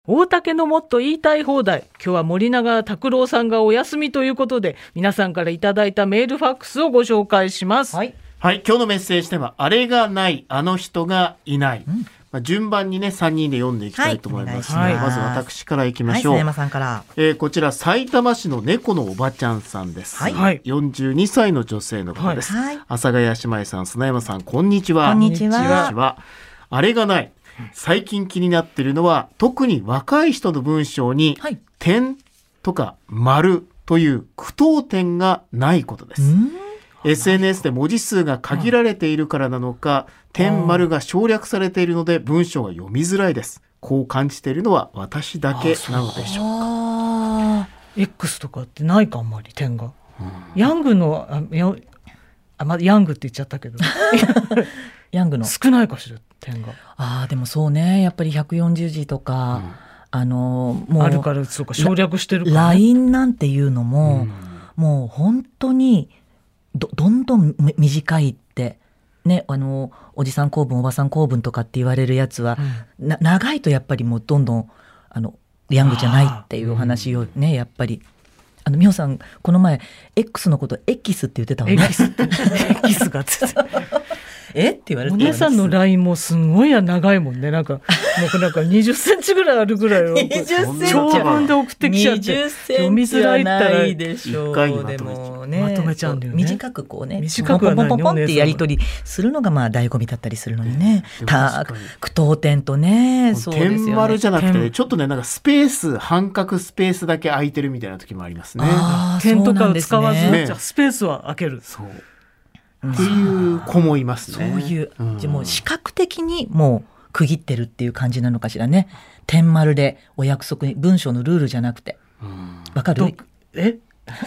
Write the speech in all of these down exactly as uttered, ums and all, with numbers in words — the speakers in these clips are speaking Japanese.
大竹のもっと言いたい放題。今日は森永卓郎さんがお休みということで、皆さんからいただいたメールファックスをご紹介します。 はい、はい、今日のメッセージテーマ、あれがないあの人がいない、うん、まあ、順番にねさんにんで読んでいきたいと思います、はい、まず私からいきましょう。 はい、砂山さんから、 えー、こちら埼玉市の猫のおばちゃんさんです、はい、よんじゅうにさいの女性の方です、はい、阿佐ヶ谷姉妹さん、砂山さん、こんにちは。 こんにちは。 あれがない、最近気になっているのは、特に若い人の文章に、はい、点とか丸という句読点がないことです。エスエヌエス で文字数が限られているからなのか、点丸が省略されているので文章が読みづらいです。こう感じているのは私だけなのでしょうか。 X とかってないか、あんまり点が、うん、ヤングのあやあ、ま、ヤングって言っちゃったけどヤングの少ないかしら、点が。 あーでもそうね、やっぱりひゃくよんじゅうじとか、うん、あのもうあるから、そうか、省略してるから、ね、 ライン なんていうのも、うん、もう本当に ど, どんどん短いってね、あのおじさん構文おばさん構文とかって言われるやつは、うん、な長いとやっぱりもうどんどんあのヤングじゃないっていうお話をね、やっぱりあの美穂さんこの前 X のこと X って言ってたわね。 X ってX がつえって言われて、 お姉さんのラインもすごい長いもんね。なんかもうなんかにじゅっセンチぐらいあるぐらいをにじゅっセンチ長文で送ってきちゃって、 にじゅっセンチはないでしょう。 でもね、 まとめちゃうんだよね。 短くこうね、 短くはないね、 ポンポンポンポンってやり取りするのがまあ醍醐味だったりするのにね、えー、た句読点とね、そうですよね、 点丸じゃなくて、ね、ちょっとね、なんかスペース半角スペースだけ空いてるみたいな時もありますね。 点とかを使わず、ね、じゃあスペースは空ける、 そうっていう子もいますね。 そういう、うん、じゃもう視覚的にもう区切ってるっていう感じなのかしらね。点丸でお約束に、文章のルールじゃなくて、わかる？ え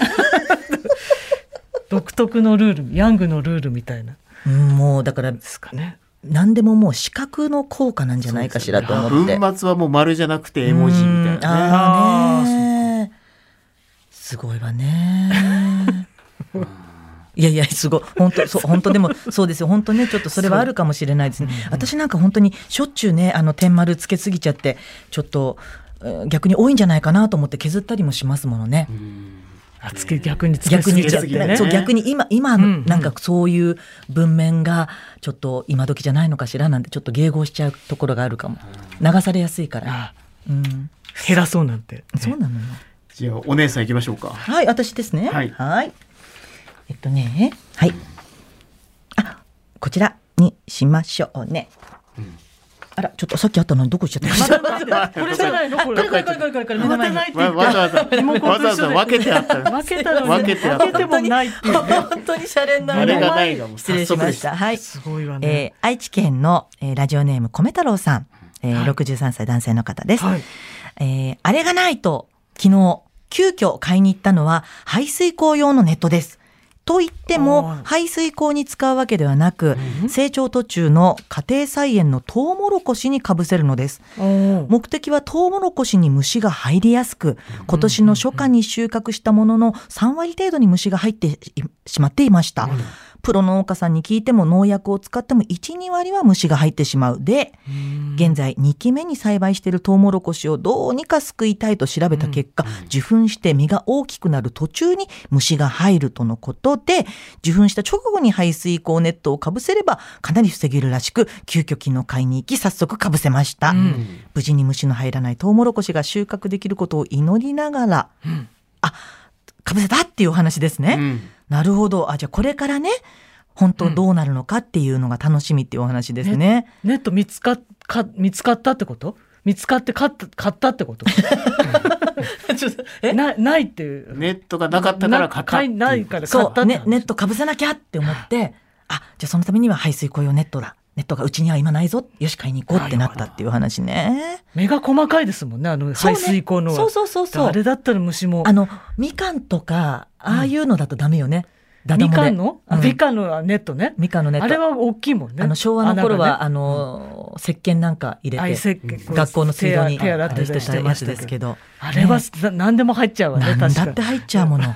独特のルール、ヤングのルールみたいな、 うん、もうだからですかね、何でももう視覚の効果なんじゃないかしらと思って、 ね、文末はもう丸じゃなくて絵文字みたいなね。 あーね、すごいわねいやいや、すごい本当、そう本当でもそうですよ、本当ね、ちょっとそれはあるかもしれないですね。私なんか本当にしょっちゅうね、あの点丸つけすぎちゃってちょっと逆に多いんじゃないかなと思って削ったりもしますものね。 うん、あつけ逆につけすぎちゃってね。 そう、逆に今今なんかそういう文面がちょっと今時じゃないのかしらなんてちょっと迎合しちゃうところがあるかも。流されやすいから、 ああ、うん、減らそうなんて、ね、 そうなのよ。 じゃあお姉さん行きましょうか。 はい、私ですね。はい、はいえっとね、はい。あ、こちらにしましょうね。うん、あら、ちょっとさっきあったのにどこ行っちゃったこれじゃないの？これこれこれこれこれこれ目の前にわざわざわざわざ分けてあった。 分けたのに分けてあった。分けてもないっていうね。 本当にシャレになる。 あれがないがもう失礼しました。はい。 すごいわね。 えー、愛知県の、えー、ラジオネーム米太郎さん、えーはい、ろくじゅうさんさい男性の方です。はい、えー、あれがないと昨日急遽買いに行ったのは排水口用のネットです。と言っても排水口に使うわけではなく、成長途中の家庭菜園のトウモロコシにかぶせるのです。目的はトウモロコシに虫が入りやすく、今年の初夏に収穫したもののさんわり程度に虫が入ってしまっていました。プロ農家さんに聞いても農薬を使ってもいち、にわりは虫が入ってしまう。で、現在にきめに栽培しているトウモロコシをどうにか救いたいと調べた結果、受粉して実が大きくなる途中に虫が入るとのことで、受粉した直後に排水口ネットをかぶせればかなり防げるらしく、急遽昨日買いに行き早速かぶせました。うん、無事に虫の入らないトウモロコシが収穫できることを祈りながら、うん、あ、かぶせたっていうお話ですね。うん、なるほど。あ、じゃあこれからね、本当どうなるのかっていうのが楽しみっていうお話ですね。 うん、ネ, ネット見つかっか見つかったってこと？見つかって買った、買ったってことちょっとえ な, ないっていうネットがなかったから買ったっていうなないから買ったって、 ね、ネットかぶせなきゃって思ってあ、じゃあそのためには排水口用ネットだ、ネットがうちには今ないぞ、よし買いに行こうってなったっていう話ね。 目が細かいですもんね、あの排水口の。 そうそうそうそう。 あれだったら虫もあのみかんとかああいうのだとダメよね。 うん、みかんの、うん、みかんのネットね。 みかんのネット。 あれは大きいもんね。 あの昭和の頃は、ね、あの、うん、石鹸なんか入れて、うん、学校の水道に手洗ってしたやつですけど。 あれは、ね、何でも入っちゃうわね。 何だって入っちゃうもの。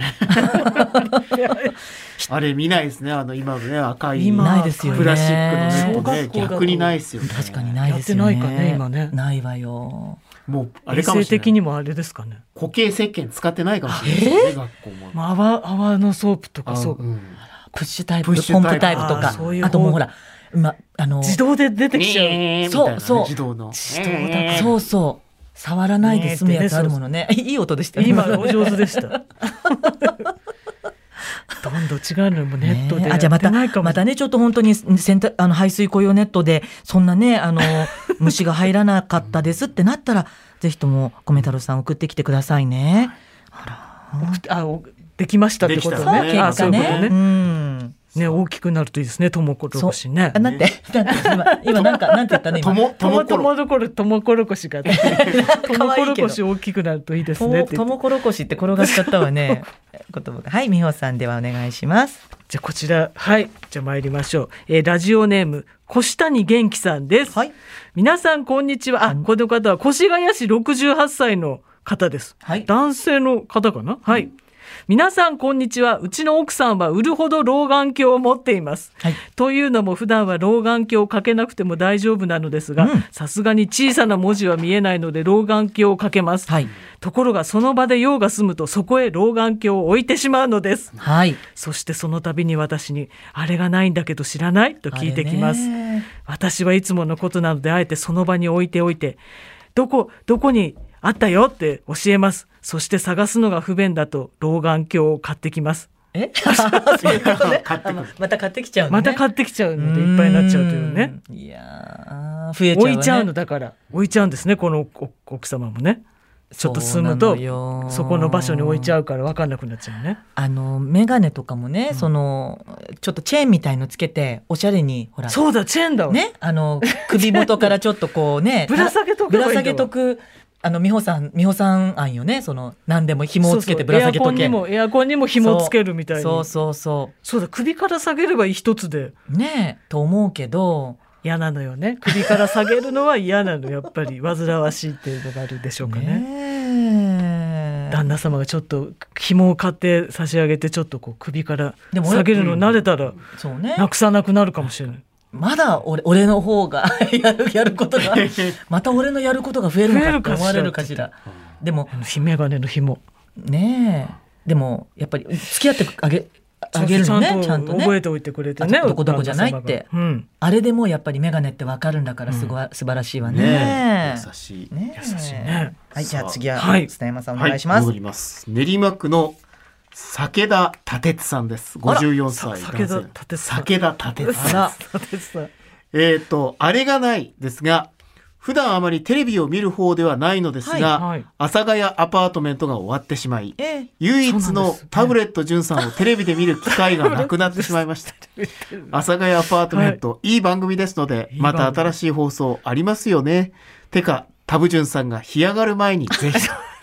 あれ見ないですね。あの今のね赤いないですよね、 プラスチックのネットね、逆にないですよね。 確かにないですよね。 やってないかね今ね。 ないわよ。 もうあれかもしれない。 衛生的にもあれですかね。 固形石鹸使ってないかもしれないですね、 えー、 学校も。 まあ、泡泡のソープとかそう、 うん、 プッシュタイプ、 プッシュタイプポンプタイプとか、 あそういうあともうほら、ま、あの自動で出てきちゃう。 えー、 そうみたいなね、 そう自動の自動だえーそうそう、触らないで済むやつあるものね。いい音でしたね。 今お上手でした。どんどん違うのもネットでね、 やあじゃあまたってないかも。 またねちょっと本当に洗濯あの排水溝用ネットでそんなねあの虫が入らなかったですってなったらぜひとも米太郎さん送ってきてくださいね。あら、 送ってあおできましたってことできたね。 ねあそういうことね。 うんね大きくなるといいですね。ともころこしね。 あなんてなんて今今なんかなんて言ったね今。 ともともともどころともころこしがともころこし大きくなるといいですねって。 ともころこしって転がっちゃったわね。言葉がはい美穂さんではお願いします。 じゃあこちらはいじゃあ参りましょう。えー、ラジオネーム越谷元気さんです。 はい。 皆さんこんにちは。あこの方は越谷市ろくじゅうはっさいの方です。 はい。 男性の方かな。はい。皆さんこんにちは。うちの奥さんは売るほど老眼鏡を持っています、はい、というのも普段は老眼鏡をかけなくても大丈夫なのですが、さすがに小さな文字は見えないので老眼鏡をかけます、はい、ところがその場で用が済むとそこへ老眼鏡を置いてしまうのです、はい、そしてその度に私にあれがないんだけど知らないと聞いてきます。私はいつものことなのであえてその場に置いておいてどこどこにあったよって教えます。そして探すのが不便だと老眼鏡を買ってきます。 えそういうことね。また買ってきちゃうのね。 また買ってきちゃうのでいっぱいになっちゃうというね。 いや増えちゃう、ね、 置いちゃうのだから置いちゃうんですねこの奥様もね。ちょっと進むと そ, そこの場所に置いちゃうから分かんなくなっちゃうね。 あのメガネとかもね、うん、そのちょっとチェーンみたいのつけておしゃれにほらそうだチェーンだわねあの首元からちょっとこうねぶら下げとくぶら下げとくあの美穂さん美穂さん案よね。その何でも紐をつけてぶら下げとけ。 そうそうエアコンにもエアコンにも紐をつけるみたいに。 そうそうそうそうだ首から下げればいい一つでねと思うけど嫌なのよね。首から下げるのは嫌なのやっぱり煩わしいっていうのがあるでしょうか ね, ね旦那様がちょっと紐を買って差し上げてちょっとこう首から下げるの慣れたらなくさなくなるかもしれない。 まだ 俺, 俺の方がや る, やることがまた俺のやることが増えるのかって思われるかしら。でもメガネの紐ねえでもやっぱり付き合ってあげあげるのねちゃんとね覚えておいてくれてねどこどこじゃないって、うん、あれでもやっぱりメガネってわかるんだからすごい、うん、素晴らしいわね。 ね優しい、 ね、 優しいね。 はいじゃあ次は須田山さんお願いします。 はい、戻ります。練馬区の酒田立津さんです。ごじゅうよんさい酒田立津さん酒田立津さんえっとあれがないですが普段あまりテレビを見る方ではないのですが、はいはい、阿佐ヶ谷アパートメントが終わってしまい、えー、唯一のタブレット潤さんをテレビで見る機会がなくなってしまいました阿佐ヶ谷アパートメント、はい、いい番組ですのでまた新しい放送ありますよね。てかタブ潤さんが干上がる前にぜひ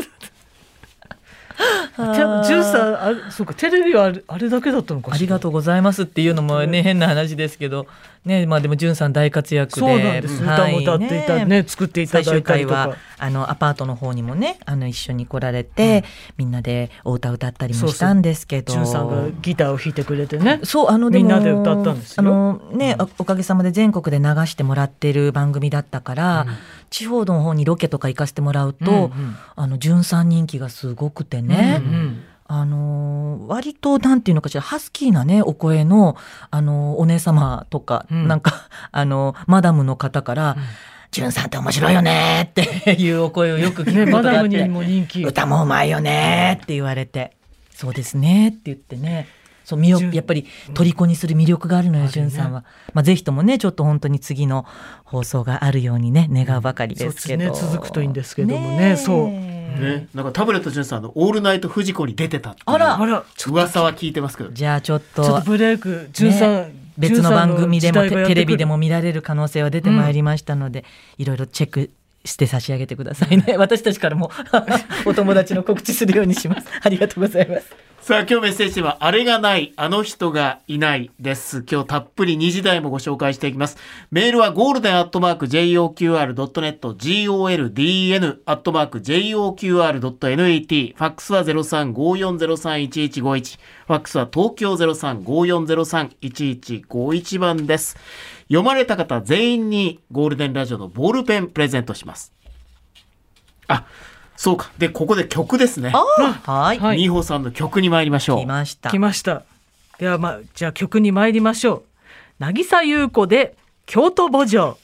潤さんあそうかテレビはあ れ, あれだけだったのかしら。 ありがとうございますっていうのもね変な話ですけどね。まあでも潤さん大活躍でそうなんです、はい、歌も歌っていたね、ね作っていただいたりとか。最終回はあのアパートの方にもねあの一緒に来られて、うん、みんなでお歌歌ったりもしたんですけど潤さんがギターを弾いてくれてねそうあのでもみんなで歌ったんですよ。 あの、ねうん、おかげさまで全国で流してもらってる番組だったから、うん、地方の方にロケとか行かせてもらうと、うんうん、あの潤さん人気がすごくてね、うんうんあのー、割となんていうのかしらハスキーなねお声の、あのー、お姉様とか、うん、なんかあのー、マダムの方から潤、うん、さんって面白いよねっていうお声をよく聞くことがあって、ね、マダムにも人気歌もうまいよねって言われてそうですねって言ってねそう魅力やっぱり虜にする魅力があるのよ潤、うん、さんは、まあ、ぜひともねちょっと本当に次の放送があるようにね願うばかりですけど、 そうですね続くといいんですけどもねねそうね、なんかタブレット潤さんのオールナイトフジコに出てたっていうあらあら噂は聞いてますけどじゃあちょっとちょっとブレイク潤さん、ね、 別の番組でもテレビでも見られる可能性は出てまいりましたので、うん、いろいろチェックして差し上げてくださいね私たちからもお友達の告知するようにしますありがとうございます。 さあ今日メッセージはあれがないあの人がいないです。今日たっぷりにじ台もご紹介していきます。メールはゴールデンアットマーク ジェイオーキューアールドットネット ゴールデン アットマーク ジェイオーキューアールドットネット ファックスは ゼロさんごーよんゼロさんいちいちごいち ファックスは東京 ゼロさんごーよんゼロさんいちいちごいち番です。読まれた方全員にゴールデンラジオのボールペンプレゼントします。 そうか。で、ここで曲ですね。 はい。 美穂さんの曲に参りましょう。 来ました。 来ました。では、まあ、じゃあ曲に参りましょう。渚優子で京都慕情。